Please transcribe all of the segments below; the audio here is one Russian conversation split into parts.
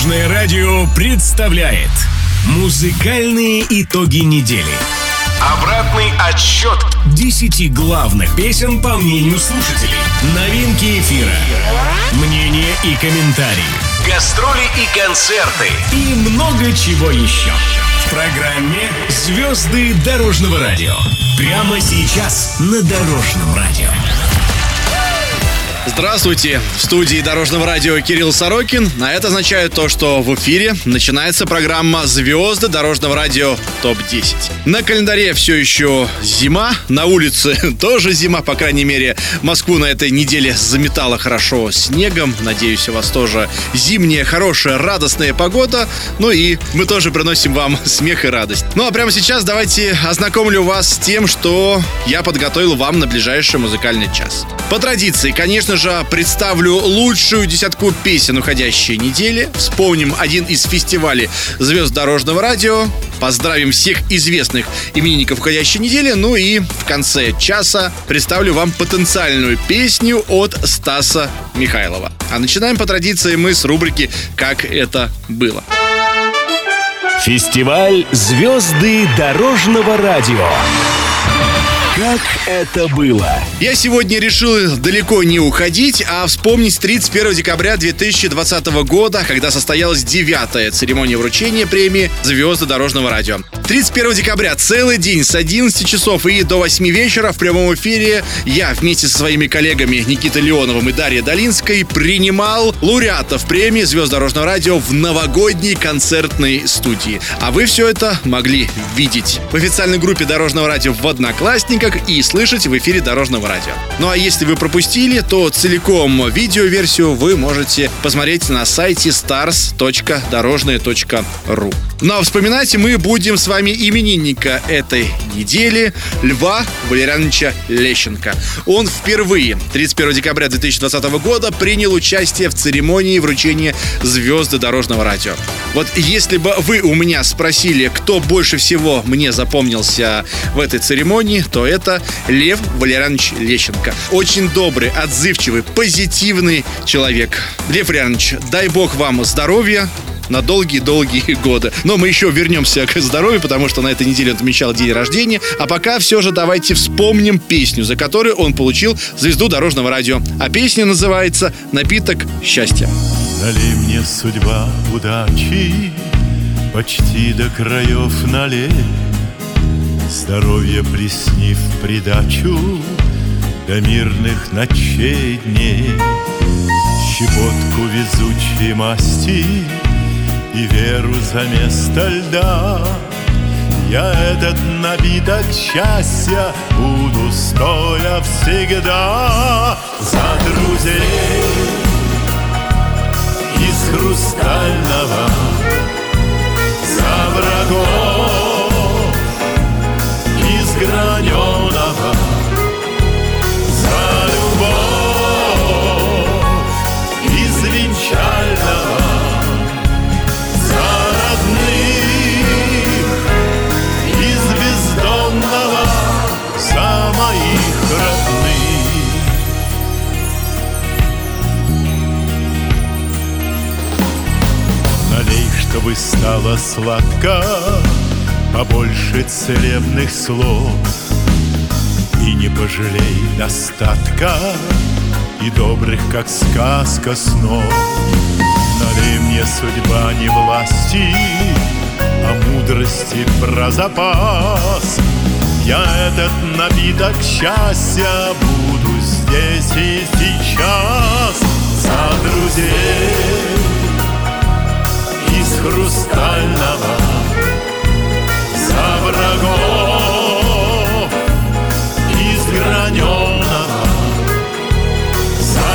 Дорожное радио представляет музыкальные итоги недели. Обратный отсчет 10 главных песен по мнению слушателей. Новинки эфира, мнения и комментарии, гастроли и концерты и много чего еще. В программе «Звезды дорожного радио». Прямо сейчас на Дорожном радио. Здравствуйте! В студии Дорожного радио Кирилл Сорокин. А это означает то, что в эфире начинается программа «Звезды дорожного радио ТОП-10». На календаре все еще зима, на улице тоже зима, по крайней мере, Москву на этой неделе заметало хорошо снегом. Надеюсь, у вас тоже зимняя, хорошая, радостная погода. Ну и мы тоже приносим вам смех и радость. Ну а прямо сейчас давайте ознакомлю вас с тем, что я подготовил вам на ближайший музыкальный час. По традиции, конечно же, представлю лучшую десятку песен уходящей недели. Вспомним один из фестивалей звезд дорожного радио. Поздравим всех известных именинников уходящей недели. Ну и в конце часа представлю вам потенциальную песню от Стаса Михайлова. А начинаем по традиции мы с рубрики «Как это было». Фестиваль «Звезды дорожного радио». Как это было? Я сегодня решил далеко не уходить, а вспомнить 31 декабря 2020 года, когда состоялась 9-я церемония вручения премии «Звезды дорожного радио». 31 декабря целый день с 11 часов и до 8 вечера в прямом эфире я вместе со своими коллегами Никитой Леоновым и Дарьей Долинской принимал лауреатов премии «Звезд дорожного радио» в новогодней концертной студии. А вы все это могли видеть в официальной группе Дорожного радио в Одноклассниках и слышать в эфире Дорожного радио. Ну а если вы пропустили, то целиком видеоверсию вы можете посмотреть на сайте stars.дорожное.ру. Ну а вспоминать мы будем с вами именинника этой недели, Льва Валерьяновича Лещенко. Он впервые 31 декабря 2020 года принял участие в церемонии вручения «Звезды дорожного радио». Вот если бы вы у меня спросили, кто больше всего мне запомнился в этой церемонии, то это Лев Валерьянович Лещенко. Очень добрый, отзывчивый, позитивный человек. Лев Валерьянович, дай бог вам здоровья на долгие-долгие годы. Но мы еще вернемся к здоровью, потому что на этой неделе он отмечал день рождения. А пока все же давайте вспомним песню, за которую он получил звезду дорожного радио. А песня называется «Напиток счастья». Налей мне, судьба, удачи, почти до краев налей, здоровье плесни в придачу до мирных ночей дней, щепотку везучей масти и веру за место льда. Я этот напиток счастья буду стоя всегда. За друзей из хрустального, за врагов из граненого, за любовь из венчального, за родных из бездомного, за моих родных. Налей, чтобы стало сладко, побольше целебных слов, и не пожалей достатка и добрых, как сказка, снов. Налей мне, судьба, не власти, а мудрости про запас. Я этот напиток счастья буду здесь и сейчас. За друзей из хрустального, за врагов из граненого, за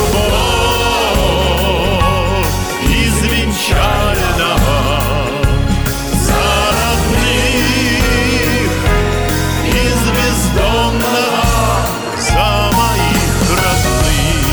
любовь из венчального, за родных из бездомного, за моих родных.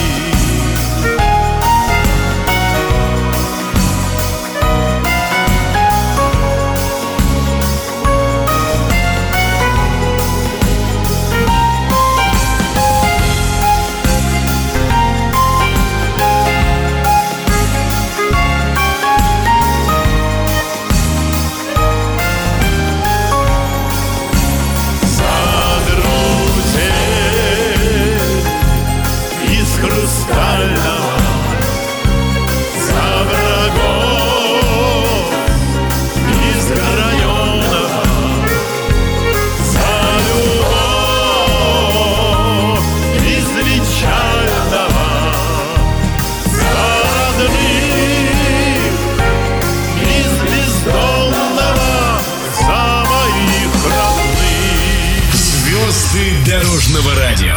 венчального, за родных из бездомного, за моих родных. Звезды дорожного радио.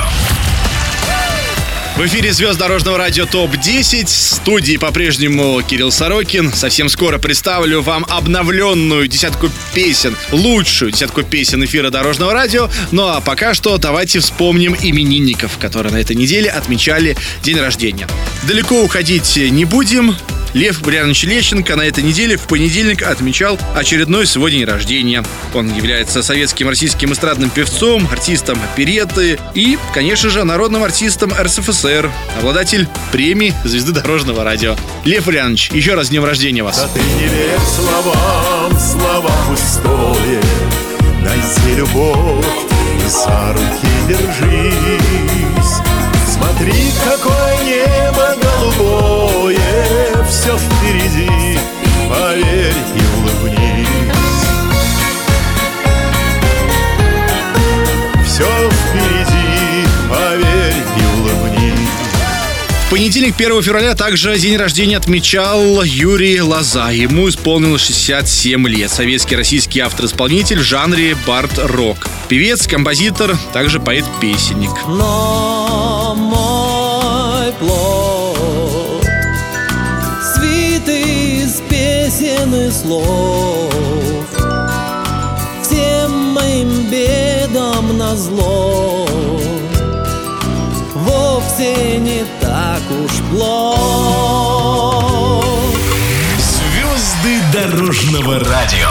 В эфире «Звезд дорожного радио ТОП-10». В студии по-прежнему Кирилл Сорокин. Совсем скоро представлю вам обновленную десятку песен, лучшую десятку песен эфира дорожного радио. Ну а пока что давайте вспомним именинников, которые на этой неделе отмечали день рождения. Далеко уходить не будем. Лев Ульянович Лещенко на этой неделе в понедельник отмечал очередной свой день рождения. Он является советским российским эстрадным певцом, артистом оперетты и, конечно же, народным артистом РСФСР, обладатель премии «Звезды дорожного радио». Лев Ульянович, еще раз с днем рождения вас. Да ты не верь словам, слова пустое, найди любовь и за руки держись. Смотри, какое небо голубое, все впереди, поверь и улыбнись. Все впереди, поверь и улыбнись. В понедельник, 1 февраля, также день рождения отмечал Юрий Лоза. Ему исполнилось 67 лет. Советский российский автор-исполнитель в жанре бард-рок. Певец, композитор, также поэт-песенник. Но мой плод свит из песен и слов, всем моим бедам назло, вовсе не так уж плох. Звезды дорожного радио.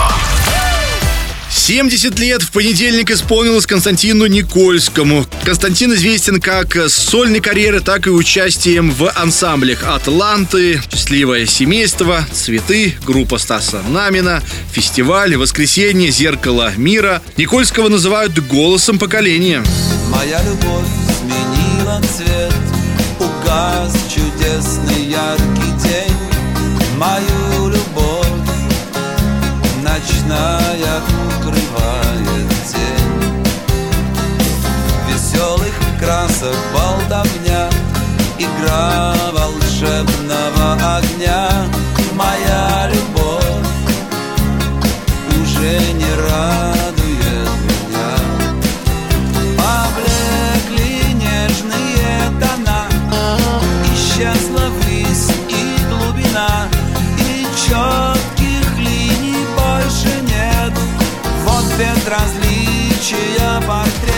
70 лет в понедельник исполнилось Константину Никольскому. Константин известен как с сольной карьерой, так и участием в ансамблях «Атланты», «Счастливое семейство», «Цветы», группа Стаса Намина, «Фестиваль», «Воскресенье», «Зеркало мира». Никольского называют голосом поколения. Моя любовь сменила цвет, угас чудесный яркий день. Мою любовь ночная укрывает тень. Веселых красок болтовня, игра волшебного огня. Моя любовь уже не радует меня. Поблекли нежные тона, исчезла высь и глубина, и четких линий больше нет. Вот безразличия портрет.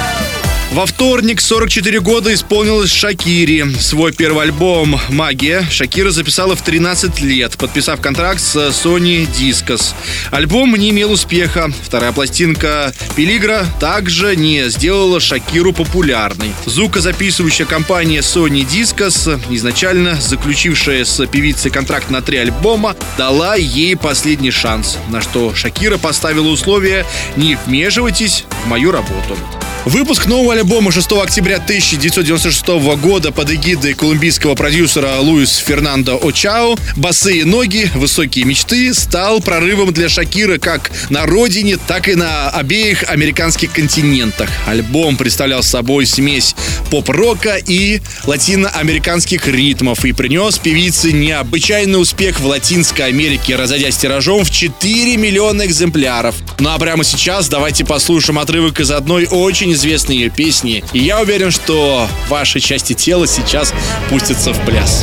Во вторник 44 года исполнилось Шакире. Свой первый альбом «Магия» Шакира записала в 13 лет, подписав контракт с Sony Discos. Альбом не имел успеха. Вторая пластинка «Пелигра» также не сделала Шакиру популярной. Звукозаписывающая компания Sony Discos, изначально заключившая с певицей контракт на 3 альбома, дала ей последний шанс, на что Шакира поставила условие: «Не вмешивайтесь в мою работу». Выпуск нового альбома 6 октября 1996 года под эгидой колумбийского продюсера Луис Фернандо Очао «Босые ноги, высокие мечты» стал прорывом для Шакиры как на родине, так и на обеих американских континентах. Альбом представлял собой смесь поп-рока и латиноамериканских ритмов и принес певице необычайный успех в Латинской Америке, разойдясь тиражом в 4 миллиона экземпляров. Ну а прямо сейчас давайте послушаем отрывок из одной очень известной ее песни. И я уверен, что ваши части тела сейчас пустятся в пляс.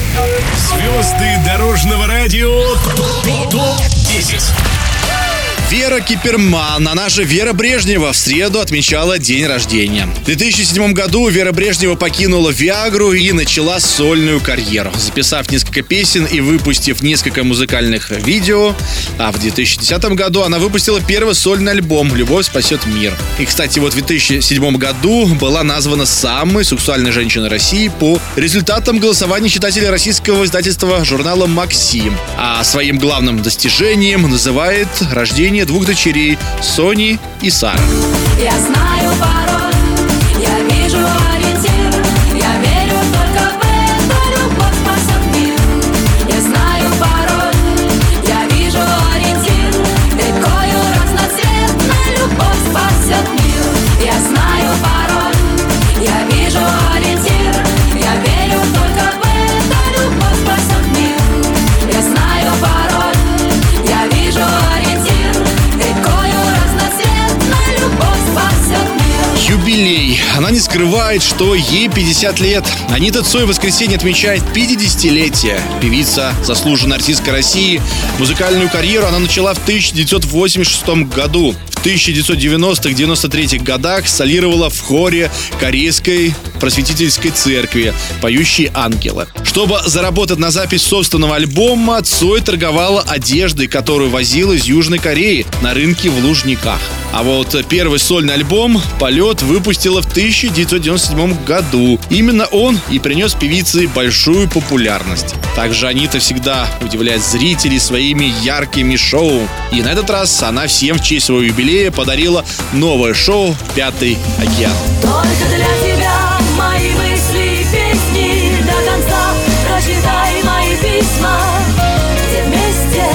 Звезды дорожного радио ТОП-10. Вера Киперман, она же Вера Брежнева, в среду отмечала день рождения. В 2007 году Вера Брежнева покинула Виагру и начала сольную карьеру, записав несколько песен и выпустив несколько музыкальных видео. А в 2010 году она выпустила первый сольный альбом «Любовь спасет мир». И, кстати, вот в 2007 году была названа самой сексуальной женщиной России по результатам голосования читателей российского издательства журнала «Максим». А своим главным достижением называет рождение двух дочерей Сони и Сары. Я знаю пароль, я вижу ориентир, я верю только в это, любовь спасет мир. Я знаю пароль, я вижу ориентир, рекою разноцветной любовь спасет мир. Я знаю пароль, я вижу ориентир, я верю только в это, любовь спасет мир. Я знаю пароль, я вижу ориентир, рекою разноцветной любовь спасет мир. Юбилей. Она не скрывает, что ей 50 лет. Анита Цой в воскресенье отмечает 50-летие. Певица, заслуженная артистка России. Музыкальную карьеру она начала в 1986 году. В 1990-93 годах солировала в хоре Корейской просветительской церкви «Поющие ангелы». Чтобы заработать на запись собственного альбома, Цой торговала одеждой, которую возила из Южной Кореи на рынке в Лужниках. А вот первый сольный альбом «Полет» выпустила в 1997 году. Именно он и принес певице большую популярность. Также Анита всегда удивляет зрителей своими яркими шоу. И на этот раз она всем в честь своего юбилея подарила новое шоу «Пятый океан». Только для тебя мои мысли и песни, до конца прочитай мои письма. Где вместе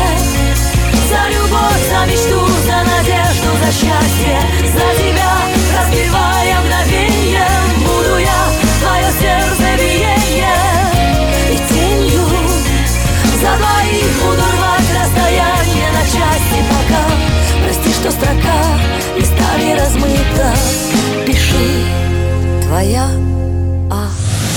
за любовь, за мечту, за надежду, за счастье, за тебя разбивая мгновенье, буду я твое сердце биение. И тенью за двоих буду рвать расстояние на части, пока прости, что строка местами размыта. Пиши, твоя А.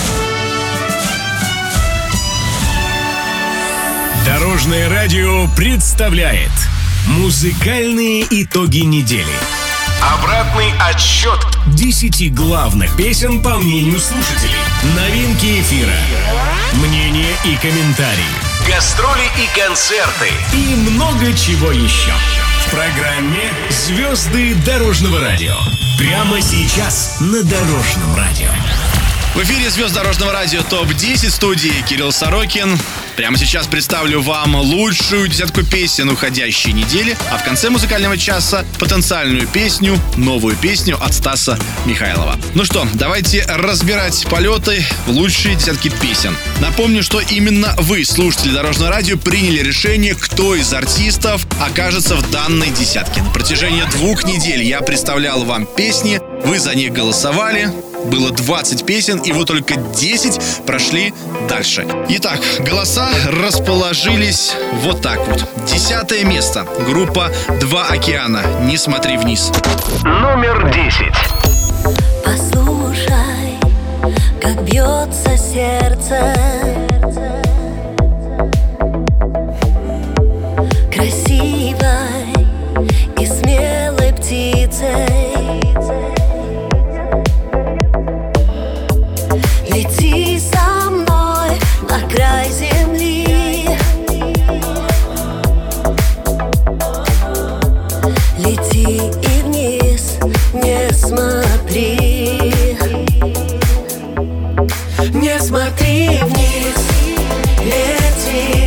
Дорожное радио представляет музыкальные итоги недели. Обратный отсчет 10 главных песен по мнению слушателей. Новинки эфира, мнения и комментарии, гастроли и концерты и много чего еще. В программе «Звезды дорожного радио». Прямо сейчас на Дорожном радио. В эфире «Звезд дорожного радио» ТОП-10, в студии Кирилл Сорокин. Прямо сейчас представлю вам лучшую десятку песен уходящей недели, а в конце музыкального часа потенциальную песню, новую песню от Стаса Михайлова. Ну что, давайте разбирать полеты в лучшие десятки песен. Напомню, что именно вы, слушатели Дорожного радио, приняли решение, кто из артистов окажется в данной десятке. На протяжении 2 недель я представлял вам песни, вы за них голосовали. Было 20 песен, и вот только 10 прошли дальше. Итак, голоса расположились вот так вот. 10 место. Группа «Два океана». «Не смотри вниз». Номер 10. Послушай, как бьется сердце красивой и смелой птицей. Лети со мной на край земли, лети и вниз, не смотри, не смотри вниз, лети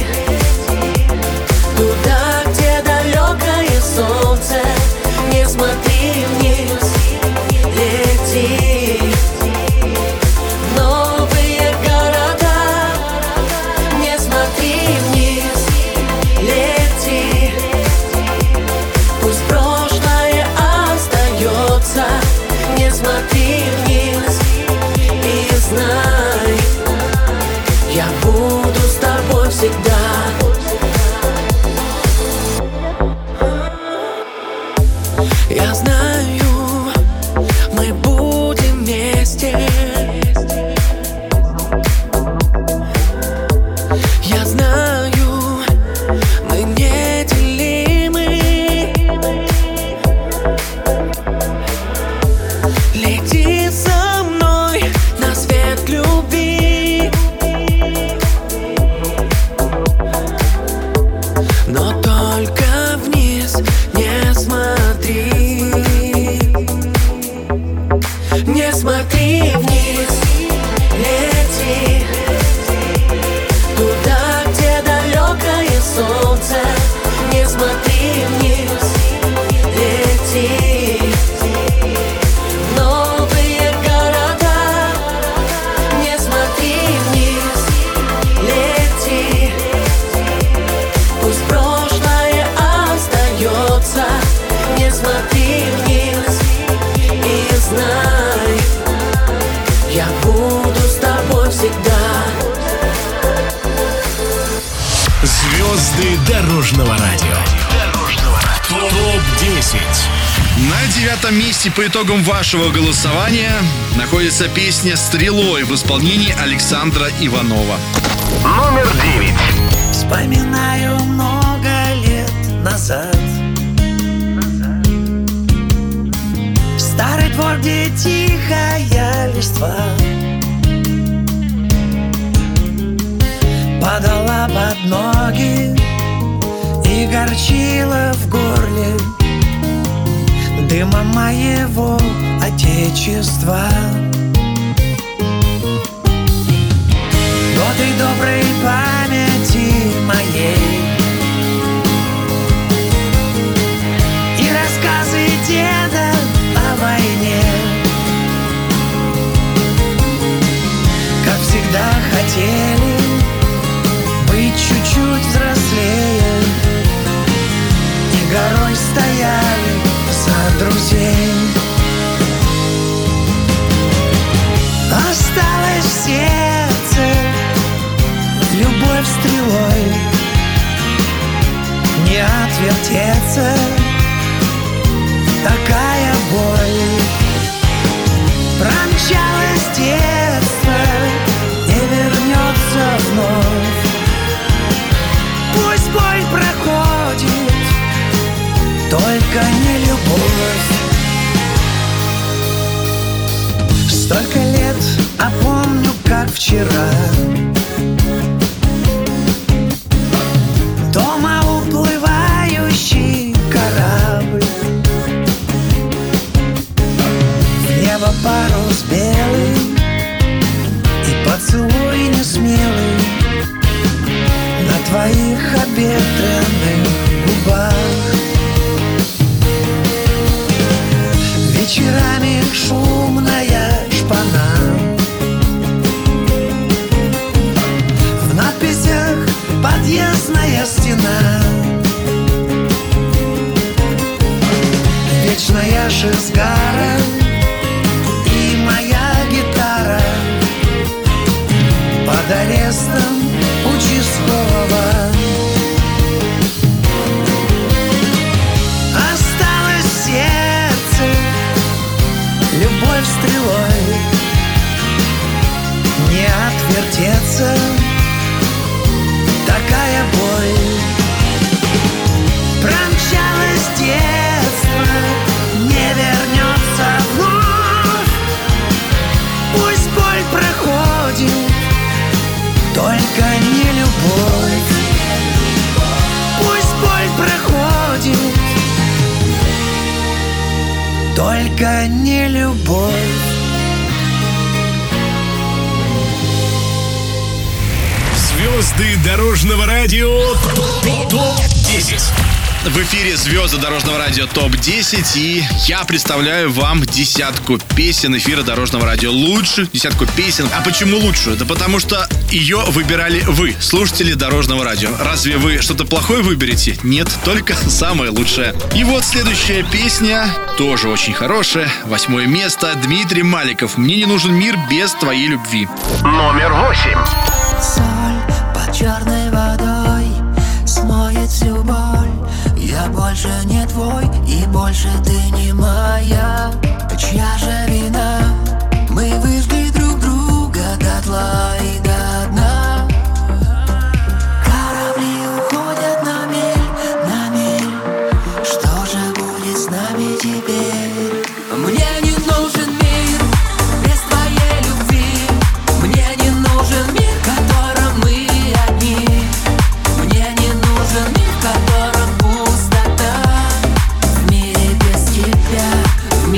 туда, где далекое солнце, не смотри вниз, лети. Не смотри вниз и знай, я буду с тобой всегда. Дорожного радио. ТОП-10. На 9 месте по итогам вашего голосования находится песня «Стрелой» в исполнении Александра Иванова. Номер 9. Вспоминаю много лет назад старый двор, где тихая листва падала под ноги и горчила в горле дыма моего отечества. Годы доброй памяти моей и рассказы деда о войне, как всегда хотели быть чуть-чуть взрослее и горой стояли за друзей. Осталось в сердце любовь стрелой, не отвертеться, такая боль. Промчалось детство, не вернется вновь. Пусть боль проходит, только не любовь. Столько лет, а помню, как вчера дома уплывающий корабль, в небо парус белый и поцелуй несмелый на твоих обветренных губах. Вечерами шумная шпана, в надписях подъездная стена, вечная шизгара и моя гитара под арестом участкового. Осталось в сердце любовь стрелой, не отвертеться, такая боль. Промчалось детство, не вернется вновь. Пусть боль проходит, только не любовь. Пусть боль проходит, только не любовь. Звезды дорожного радио ТОП-10. В эфире «Звезды дорожного радио ТОП-10», и я представляю вам десятку песен эфира дорожного радио. Лучших десятку песен. А почему лучшую? Да потому что ее выбирали вы, слушатели дорожного радио. Разве вы что-то плохое выберете? Нет, только самое лучшее. И вот следующая песня, тоже очень хорошая. 8 место. Дмитрий Маликов. «Мне не нужен мир без твоей любви». Номер 8. Соль под черной водой смоет всю боль. Я больше не твой, и больше ты не моя. Чья же вина? Мы выжгли друг друга дотла и до дна. Корабли уходят на мель. Что же будет с нами теперь? Мне не нужен мир без твоей любви. Мне не нужен мир, в котором мы одни. Мне не нужен мир, в котором пустота. В мире без тебя, в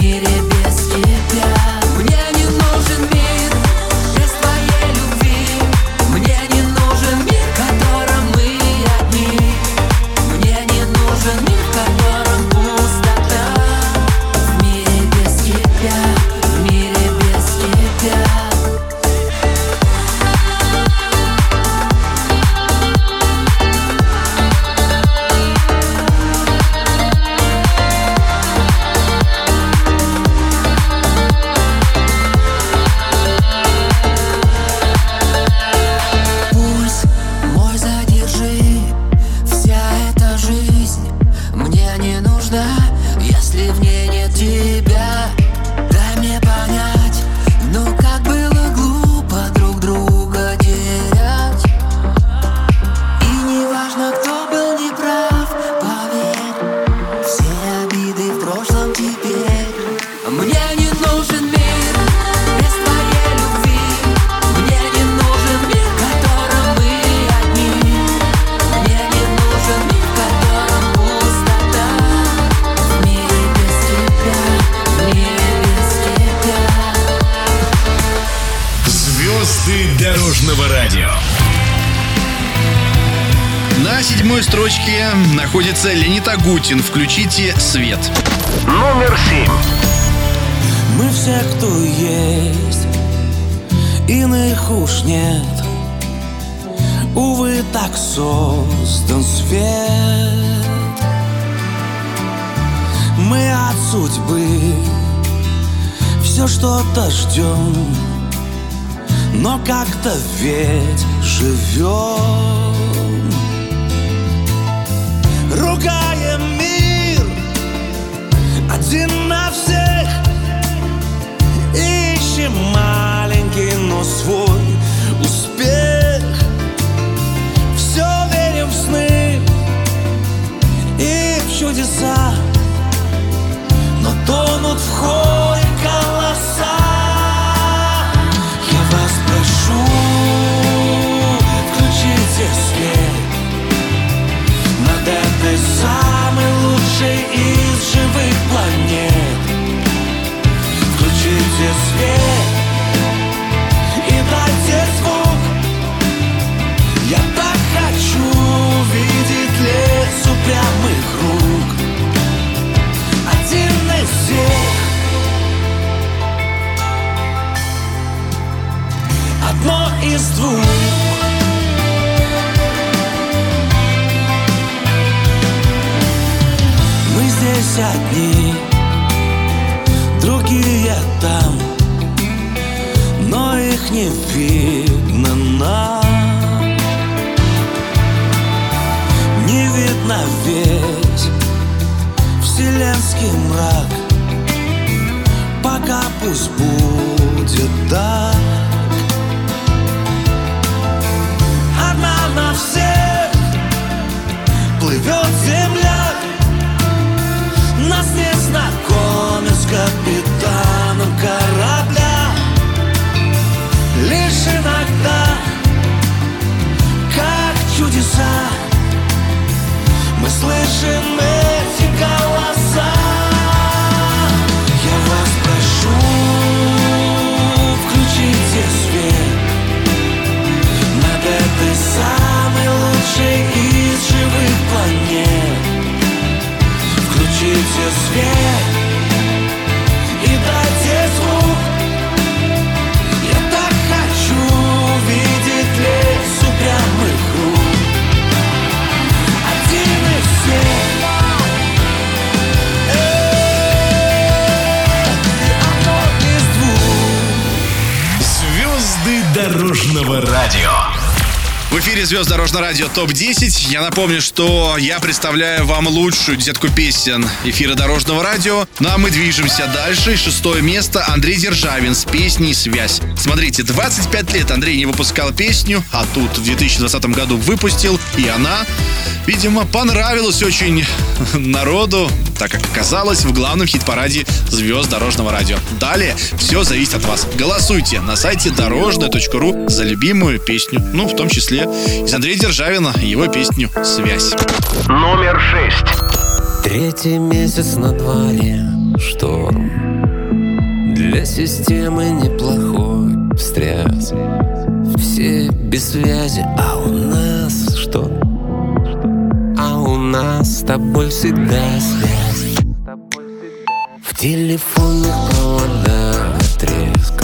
На 7-й строчке находится Леонид Агутин. «Включите свет». Номер 7. Мы все, кто есть, иных уж нет. Увы, так создан свет. Мы от судьбы все что-то ждем, но как-то ведь живем. Ругаем мир один на всех, ищем маленький, но свой успех. Все верим в сны и в чудеса, но тонут в хоре голоса. Я вас прошу, включите свет над этой самой лучшей из живых планет. Включите свет и дайте звук. Я так хочу видеть лес упрямых рук. Один из всех, одно из двух. Мы здесь одни, другие там, но их не видно нам. Не видно весь вселенский мрак, пока пусть будет так. Одна на всех плывет земля, нас не знакомят с капитаном корабля. Лишь иногда, как чудеса, мы слышим эти голоса. Я вас прошу, включите свет над этой самой лучшей из живых планет. Включите свет и дайте звук. Я так хочу видеть лес упрямых рук. Один из всех, одно из двух. Звезды дорожного радио. В эфире «Звезд Дорожного радио» ТОП-10. Я напомню, что я представляю вам лучшую десятку песен эфира Дорожного радио. Ну а мы движемся дальше. 6-е место — Андрей Державин с песней «Связь». Смотрите, 25 лет Андрей не выпускал песню, а тут в 2020 году выпустил. И она, видимо, понравилась очень народу, так как оказалась в главном хит-параде «Звезд Дорожного радио». Далее все зависит от вас. Голосуйте на сайте дорожное.ру за любимую песню. Ну, в том числе из Андрея Державина его песню «Связь». Номер 6. 3-й месяц на дворе, шторм. Для системы неплохой встряс. Все без связи, а у нас что? А у нас с тобой всегда связь. В телефонных проводах треск.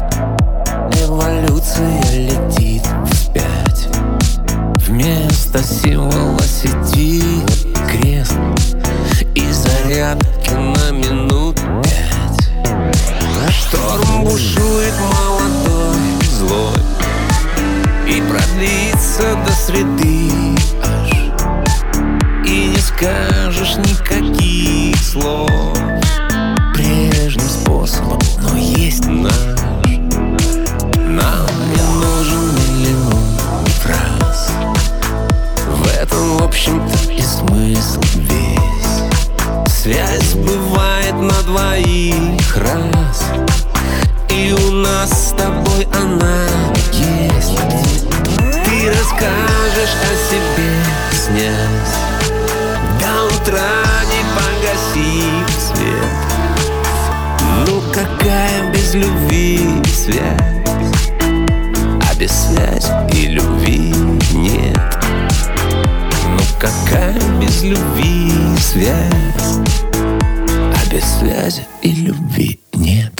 Эволюция летит вспять. Вместо символа сети крест и зарядки на минут 5. Шторм бушует молодой, злой, и продлится до среды аж. И не скажешь никаких слов прежним способом, но есть наш. Нам не нужен миллион фраз. В этом, в общем-то, и смысл весь. Связь бывает на двоих раз, и у нас с тобой она есть. Ты расскажешь о себе, снясь, до утра не погасив свет. Ну какая без любви связь? А без связи и любви нет. без любви связь, а без связи и любви нет.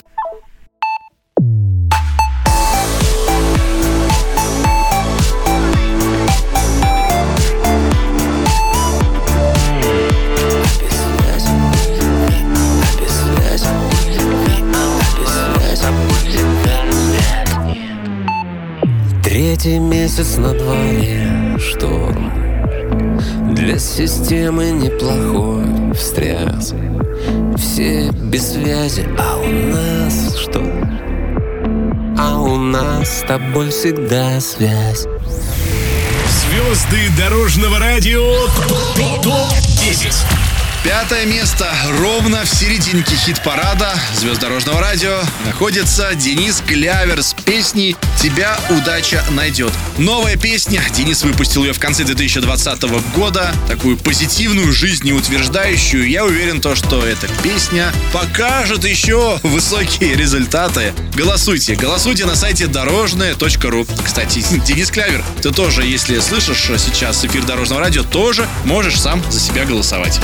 Третий месяц на дворе, шторм. Для системы неплохой встряс. Все без связи, а у нас что? А у нас с тобой всегда связь. Звезды дорожного радио ТОП-10. 5 место. Ровно в серединке хит-парада звезд дорожного радио находится Денис Клявер с песней «Тебя удача найдет». Новая песня. Денис выпустил ее в конце 2020 года. Такую позитивную, жизнеутверждающую. Я уверен, что эта песня покажет еще высокие результаты. Голосуйте на сайте дорожное.ру. Кстати, Денис Клявер, ты тоже, если слышишь сейчас эфир дорожного радио, тоже можешь сам за себя голосовать.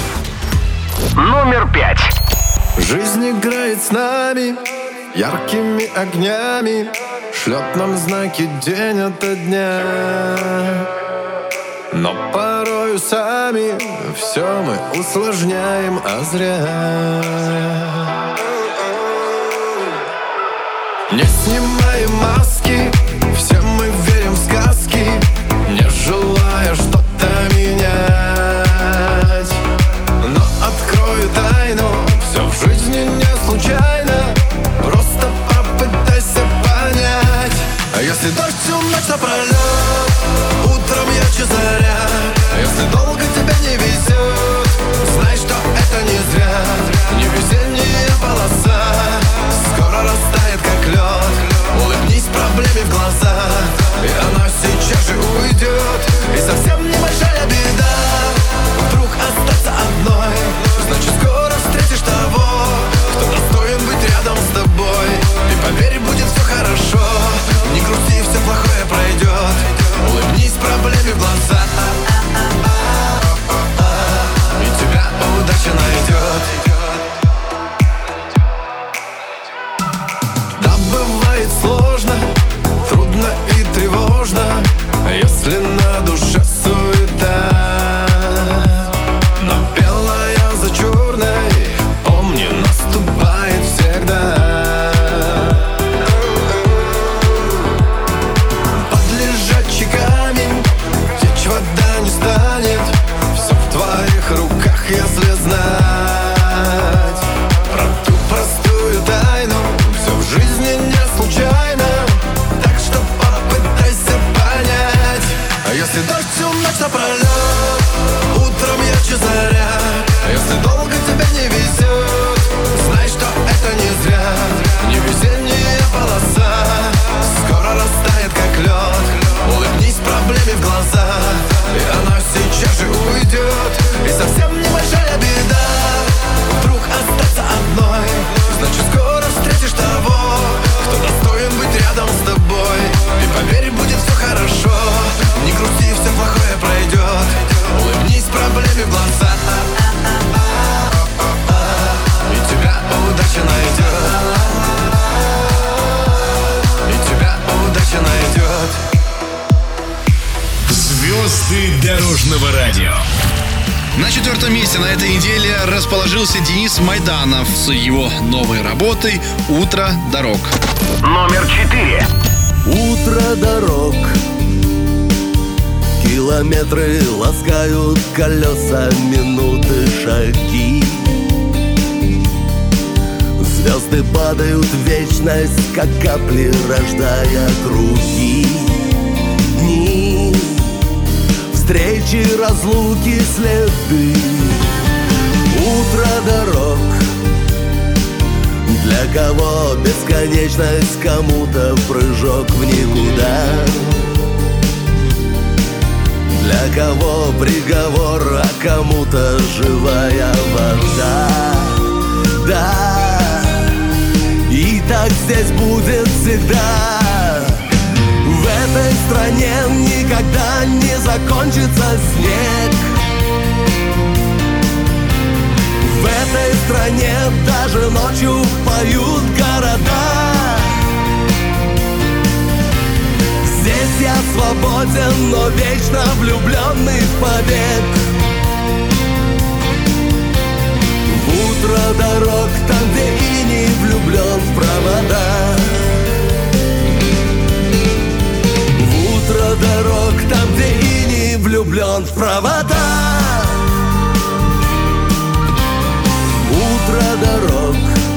Номер 5. Жизнь играет с нами яркими огнями, шлет нам знаки день ото дня. Но порою сами все мы усложняем, а зря. Не снимаем маски, все мы верим в сказки, не желая что-то менять. Но открою тайну, все в жизни не случайно, просто попытайся понять. А если дождь всю ночь напролет, утром ярче заря. А если долго тебя не везет, знай, что это не зря. Невезение полоса скоро растает, как лед. Улыбнись проблеме в глаза, и она сейчас же уйдет. И совсем небольшая беда вдруг остаться одной, значит скоро встретишь того, кто достоин быть рядом с тобой. И поверь, будет все хорошо, не грусти, все плохое пройдет. Улыбнись проблеме в глаза, и тебя удача найдет. Да, бывает сложно, трудно и тревожно, если на душе суета. Но белое за черной, помни, наступает всегда. Под лежачий камень течь вода не станет, все в твоих руках, если знать про ту простую тайну. Все в жизни не случайно, так что попытайся понять. А если дождь всю ночь напролет, утром ярче заря. А если долго тебя не везет, знай, что это не зря. Невезение полоса скоро растает, как лед. Улыбнись проблеме в глаза, и она сейчас же уйдет. И совсем небольшая беда вдруг остаться одной, значит скоро встретишь того, кто достоин быть рядом с тобой. И поверь, будет все хорошо, не грусти, все плохое пройдет. Улыбнись проблеме в глаза, и тебя удача найдет. И тебя удача найдет. Звезды дорожного радио. На 4 месте на этой неделе расположился Денис Майданов с его новой работой «Утро дорог». Номер 4. Утро дорог, километры ласкают колеса, минуты, шаги. Звезды падают в вечность, как капли, рождая круги. Дни, встречи, разлуки, следы. Утро дорог, для кого бесконечность, кому-то прыжок в никуда. Для кого приговор, а кому-то живая вода. Да, и так здесь будет всегда. В этой стране никогда не закончится снег. этой стране даже ночью поют города. Здесь я свободен, но вечно влюбленный в побег. В утро дорог, там, где иней влюблен в провода. В утро дорог, там, где иней влюблен в провода. Утро дорог.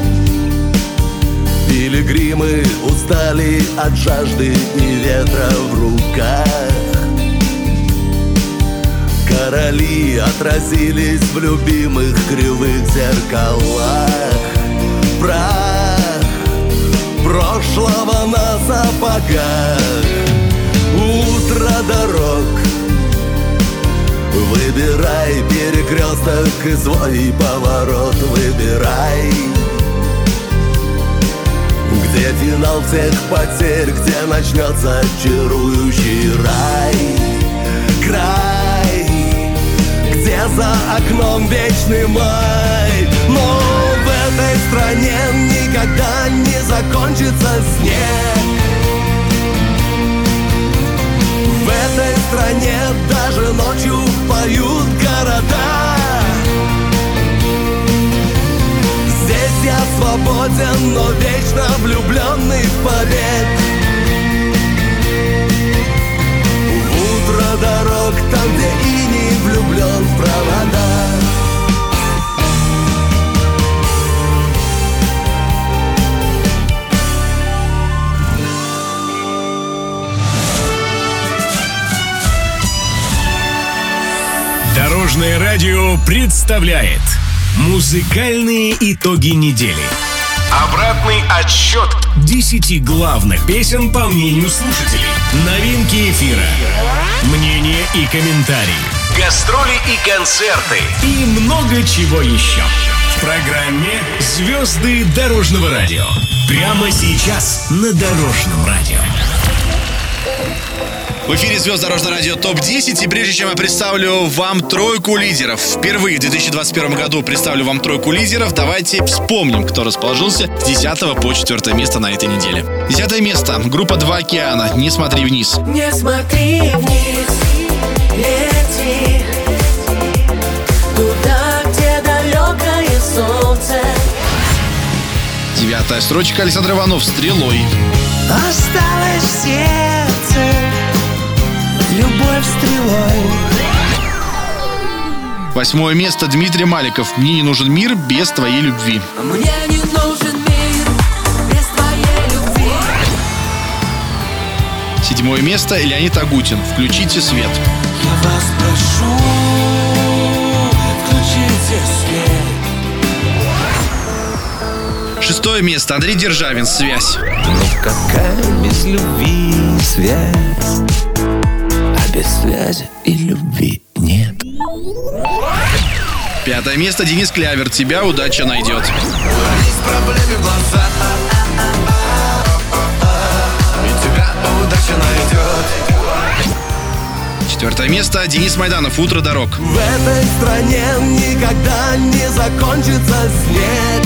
Пилигримы устали от жажды и ветра в руках. Короли отразились в любимых кривых зеркалах. Прах прошлого на сапогах. Утро дорог. Выбирай перекресток и свой поворот выбирай. Где финал всех потерь, где начнется чарующий рай. Край, где за окном вечный май. Но в этой стране никогда не закончится снег. В этой стране даже ночью поют города. Здесь я свободен, но вечно влюбленный в побег. Утро дорог, там, где иней влюблен в провода. Дорожное радио представляет музыкальные итоги недели. Обратный отсчет 10 главных песен по мнению слушателей. Новинки эфира, мнения и комментарии, гастроли и концерты и много чего еще. В программе «Звезды дорожного радио». Прямо сейчас на Дорожном радио. В эфире «Звезд дорожного радио ТОП-10». И прежде чем я представлю вам тройку лидеров, впервые в 2021 году представлю вам тройку лидеров, давайте вспомним, кто расположился с 10 по 4 место на этой неделе. 10 место. Группа «Два океана». «Не смотри вниз». Не смотри вниз, лети туда, где далекое солнце. 9 строчка. Александр Иванов «Стрелой». Осталось в сердце любовь стрелой. 8 место. Дмитрий Маликов «Мне не нужен мир без твоей любви». Мне не нужен мир без твоей любви. 7 место. Леонид Агутин «Включите свет». Я вас прошу, включите свет. 6 место. Андрей Державин «Связь». Ну какая без любви связь? А без связи и любви нет. 5 место. Денис Клявер «Тебя удача найдет». Есть проблемы в глаза, и тебя удача найдет. 4 место. Денис Майданов «Утро дорог». В этой стране никогда не закончится снег.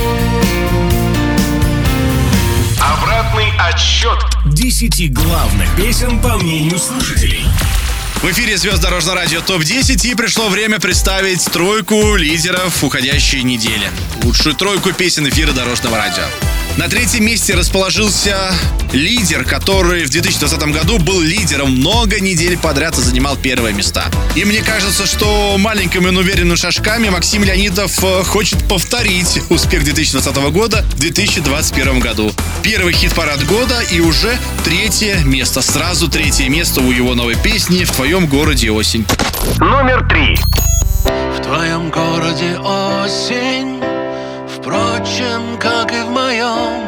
Обратный отсчет 10 главных песен по мнению слушателей. В эфире «Звезд дорожного радио ТОП-10», и пришло время представить тройку лидеров уходящей недели. Лучшую тройку песен эфира Дорожного радио. На 3-м месте расположился лидер, который в 2020 году был лидером много недель подряд и занимал первые места. И мне кажется, что маленькими, но уверенными шажками Максим Леонидов хочет повторить успех 2020 года в 2021 году. Первый хит-парад года и уже 3-е место. Сразу 3-е место у его новой песни «В твоем городе осень». Номер 3. В твоем городе осень, впрочем, как и в моем.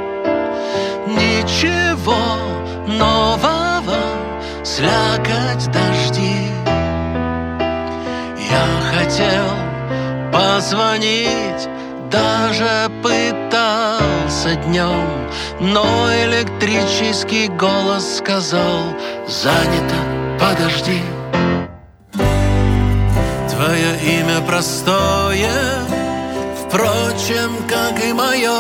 Ничего нового, слякоть дожди. Я хотел позвонить, даже пытался днем, но электрический голос сказал: занято, подожди. Твое имя простое, впрочем, как и мое.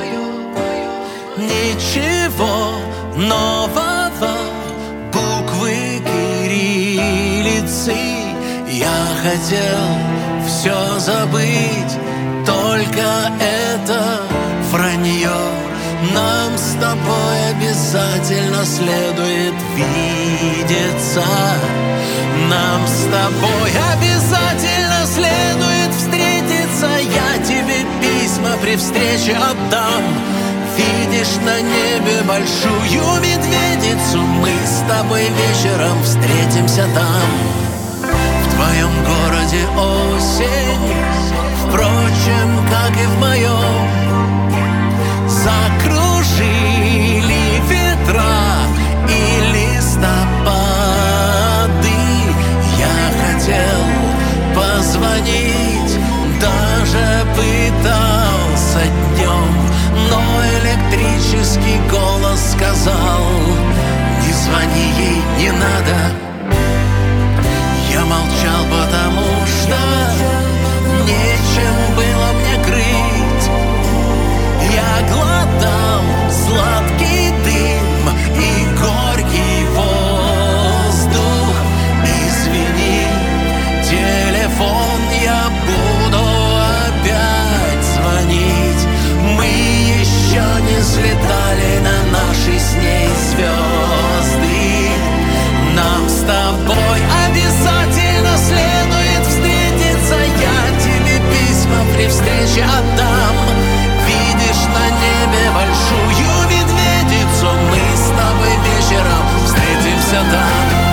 Ничего нового, буквы кириллицы. Я хотел все забыть, только это вранье. Нам с тобой обязательно следует видеться. Нам с тобой обязательно следует встретиться. Я тебе письма при встрече отдам. Видишь на небе большую медведицу? Мы с тобой вечером встретимся там. В твоем городе осень, впрочем, как и в моем. Закружили ветра и листопады. Я хотел позвонить, даже пытался днем, но электрический голос сказал: не звони ей, не надо. Я молчал, потому что нечем было мне крыть. Я глотал сладкий дым и горький воздух. Извини, телефон, я буду опять звонить. Мы еще не взлетали на наши с ней звезды. Нам с тобой обязательно следует встретиться. Я тебе письма при встрече отдам. Видишь на небе большую медведицу? Мы с тобой вечером встретимся там.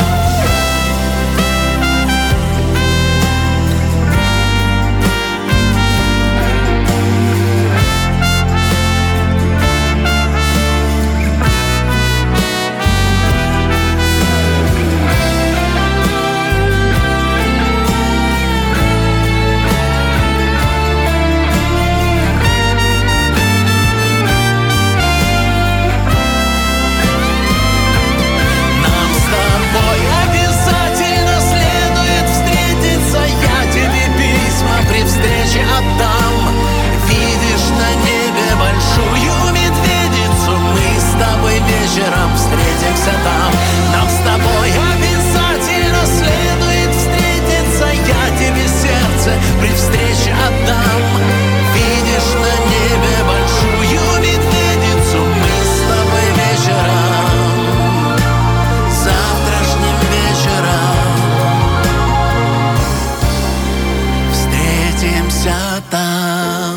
Отдам. Видишь на небе большую медведицу? Мы с тобой вечером встретимся там. Нам с тобой обязательно следует встретиться. Я тебе сердце при встрече отдам. Видишь на небе большую медведицу? Мы с тобой вечером, завтрашним вечером встретимся там.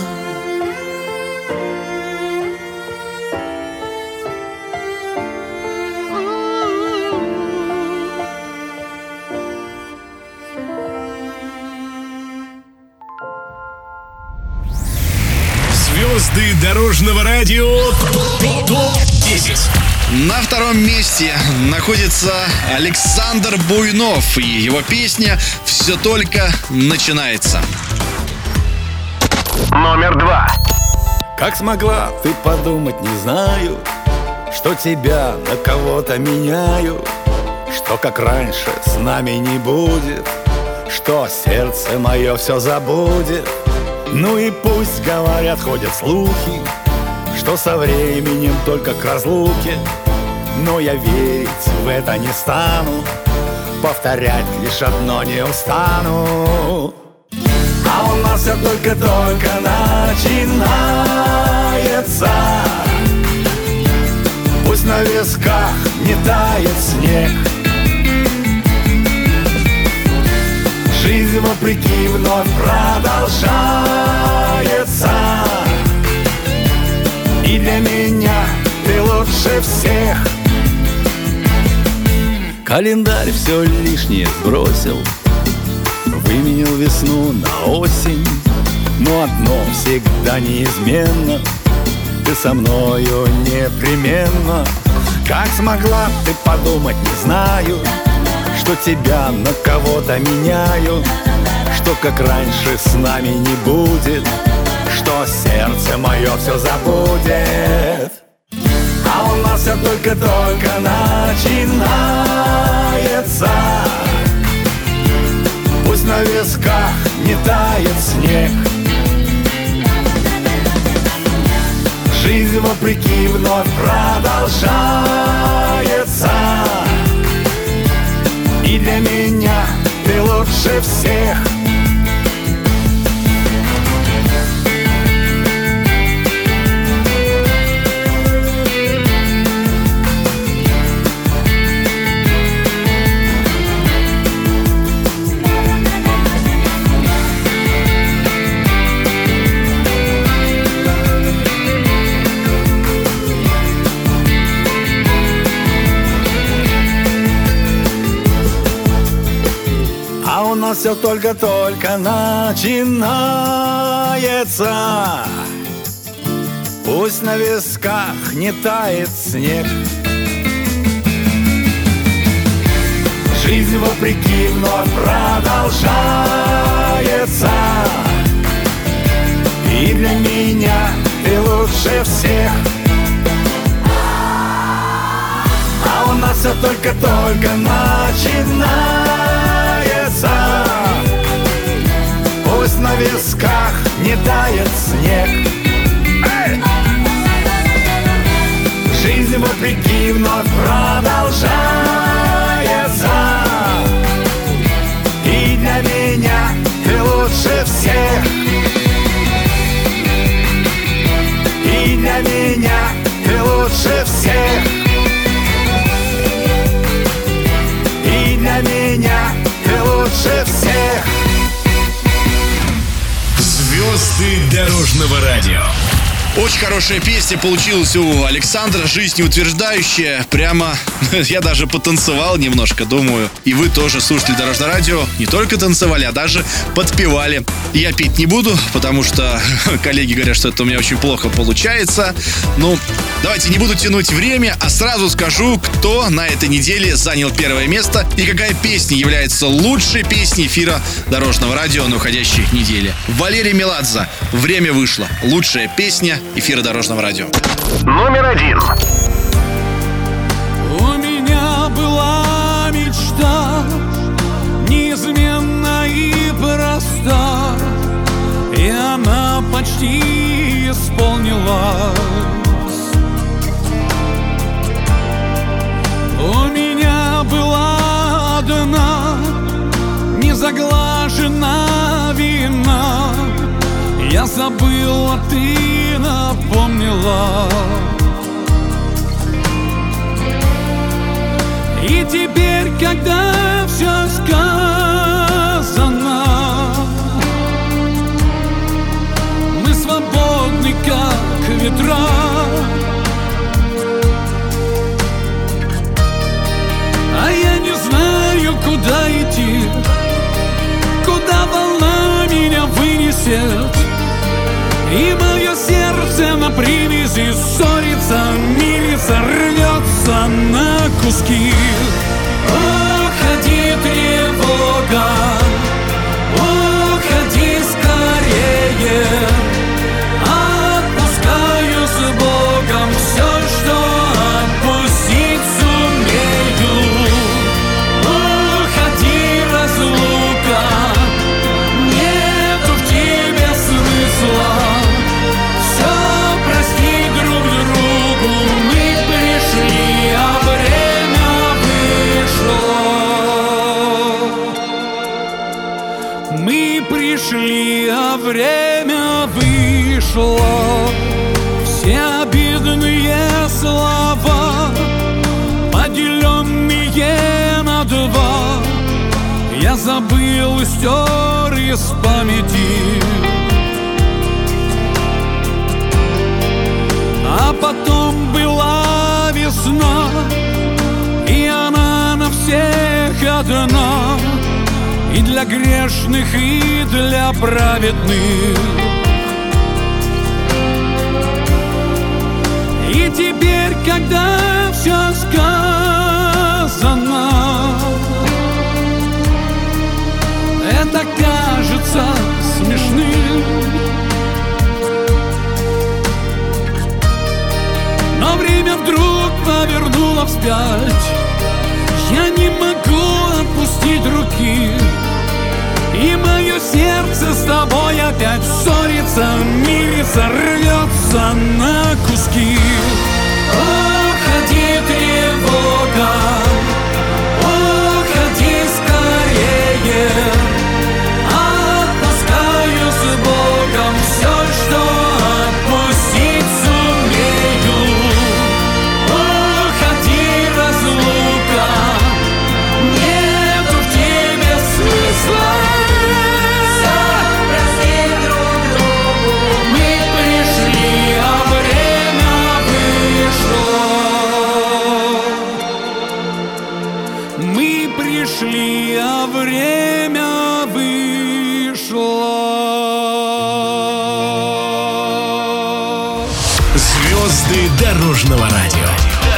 Звезды дорожного радио ТОП-10. На втором месте находится Александр Буйнов и его песня «Все только начинается». Номер 2. Как смогла ты подумать, не знаю, что тебя на кого-то меняю, что как раньше с нами не будет, что сердце мое все забудет. Ну и пусть говорят, ходят слухи, что со временем только к разлуке, но я верить в это не стану, повторять лишь одно не устану. А у нас все только-только начинается. Пусть на висках не тает снег, жизнь вопреки вновь продолжается. И для меня ты лучше всех. Календарь все лишнее сбросил, выменил весну на осень. Но одно всегда неизменно: ты со мною непременно. Как смогла ты подумать, не знаю, что тебя на кого-то меняю, что как раньше с нами не будет, что сердце мое все забудет. А у нас все только-только начинается. Пусть на висках не тает снег, вопреки вновь продолжается. И для меня ты лучше всех. У нас все только-только начинается. Пусть на висках не тает снег. Жизнь вопреки вновь продолжается. И для меня ты лучше всех. А у нас все только-только начинается. Пусть на висках не тает снег. Эй! Жизнь вопреки вновь продолжается. И для меня ты лучше всех. И для меня ты лучше всех. И для меня ты лучше всех. Звезды дорожного радио. Очень хорошая песня получилась у Александра, жизнеутверждающая. Прямо я даже потанцевал немножко, думаю. И вы тоже, слушатели Дорожного радио, не только танцевали, а даже подпевали. Я петь не буду, потому что коллеги говорят, что это у меня очень плохо получается. Ну, давайте не буду тянуть время, а сразу скажу, кто на этой неделе занял первое место и какая песня является лучшей песней эфира Дорожного радио на уходящей неделе. Валерий Меладзе «Время вышло». Лучшая песня эфира Дорожного радио. Номер 1. У меня была мечта, неизменна и проста, и она почти исполнилась. У меня была одна незаглажена вина. Я забыл, а ты напомнила. И теперь, когда все сказано, мы свободны, как ветра. А я не знаю, куда идти, куда волна меня вынесет. И мое сердце на привязи ссорится, мирится, рвется на куски. Уходи, тревога, уходи скорее. Отпускаю с Богом все, что отпустить сумею. Уходи, разлука, нету в тебе смысла. Пришли, а время вышло. Все обидные слова, поделенные на два, я забыл и стер из памяти. А потом была весна, и она на всех одна. И для грешных, и для праведных. И теперь, когда все сказано, это кажется смешным. Но время вдруг повернуло вспять. Я не могу отпустить руки. И мое сердце с тобой опять ссорится, мирится, рвется на куски. пришли, а время вышло. Звезды дорожного радио.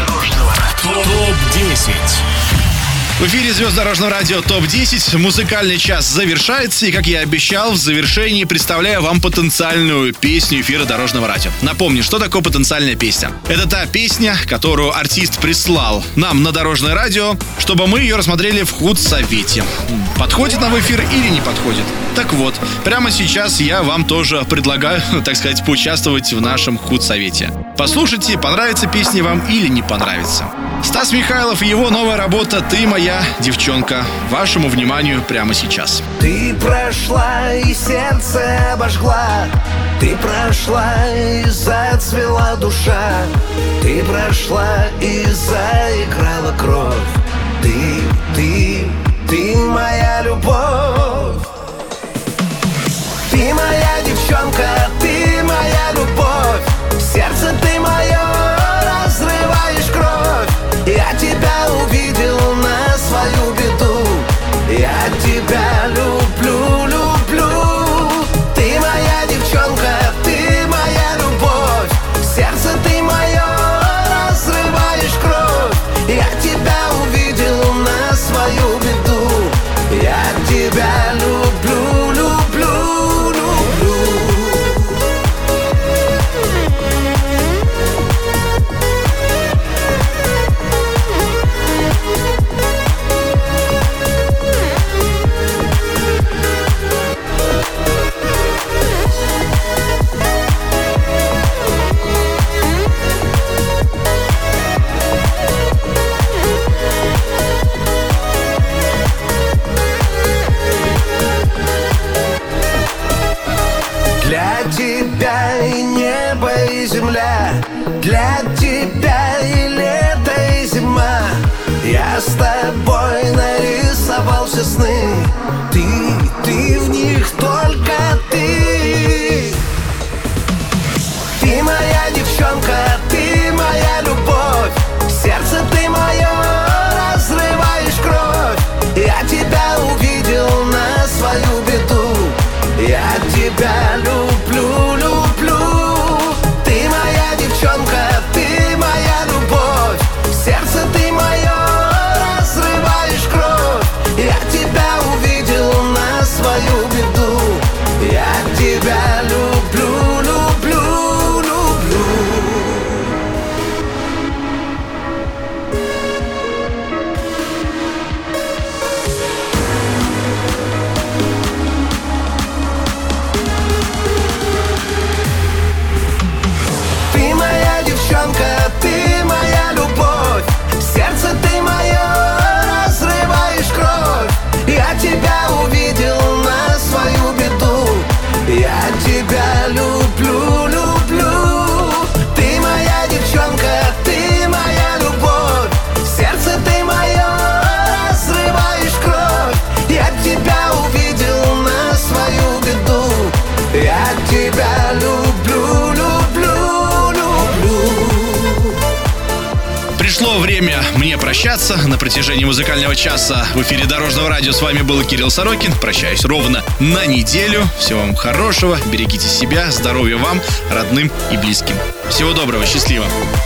ТОП-10. В эфире «Звезд дорожного радио ТОП-10». Музыкальный час завершается. И, как я обещал, в завершении представляю вам потенциальную песню эфира дорожного радио. Напомню, что такое потенциальная песня. Это та песня, которую артист прислал нам на дорожное радио, чтобы мы ее рассмотрели в худсовете. Подходит она в эфир или не подходит? Так вот, прямо сейчас я вам тоже предлагаю, так сказать, поучаствовать в нашем худсовете. Послушайте, понравится песня вам или не понравится. Стас Михайлов и его новая работа «Ты моя девчонка». Вашему вниманию прямо сейчас. Ты прошла и сердце обожгла, ты прошла и зацвела душа, ты прошла и заиграла кровь. Ты моя любовь. Ты моя девчонка, ты моя любовь. Сердце ты мое, разрываешь кровь. Я тебя увидел на свою беду. Я тебя люблю, люблю. Ты моя девчонка, ты моя любовь. Сердце ты мое, разрываешь кровь. Я тебя увидел на свою беду. Я тебя люблю, люблю, люблю. Для тебя и небо, и земля, для тебя и лето, и зима. Я с тобой нарисовал все сны. Ты в них только ты. Ты моя девчонка, ты моя любовь. Сердце ты мое, разрываешь кровь. Я тебя увидел на свою беду. Я тебя люблю, люблю. Ты моя девчонка, ты моя любовь. Сердце ты мое, разрываешь кровь. Я тебя увидел на свою беду. Я тебя люблю, люблю, люблю. Ты моя девчонка, ты моя любовь. Сердце ты мое, разрываешь кровь. Я тебя увидел на свою беду. Я тебя люблю, люблю. Ты моя девчонка, ты моя любовь. Сердце ты мое, разрываешь кровь. Я тебя увидел на свою беду. Я тебя люблю, люблю, люблю. Пришло время мне прощаться. На протяжении музыкального часа в эфире Дорожного радио с вами был Кирилл Сорокин. Прощаюсь ровно на неделю. Всего вам хорошего, берегите себя, здоровья вам, родным и близким. Всего доброго, счастливо.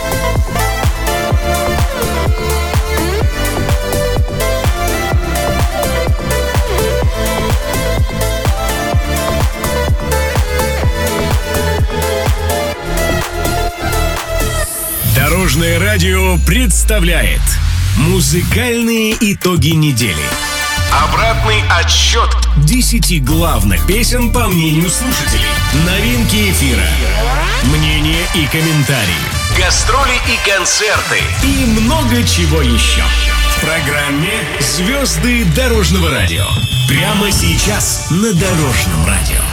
Дорожное радио представляет музыкальные итоги недели. Обратный отсчет 10 главных песен по мнению слушателей. Новинки эфира, мнения и комментарии, гастроли и концерты и много чего еще. В программе «Звезды дорожного радио». Прямо сейчас на Дорожном радио.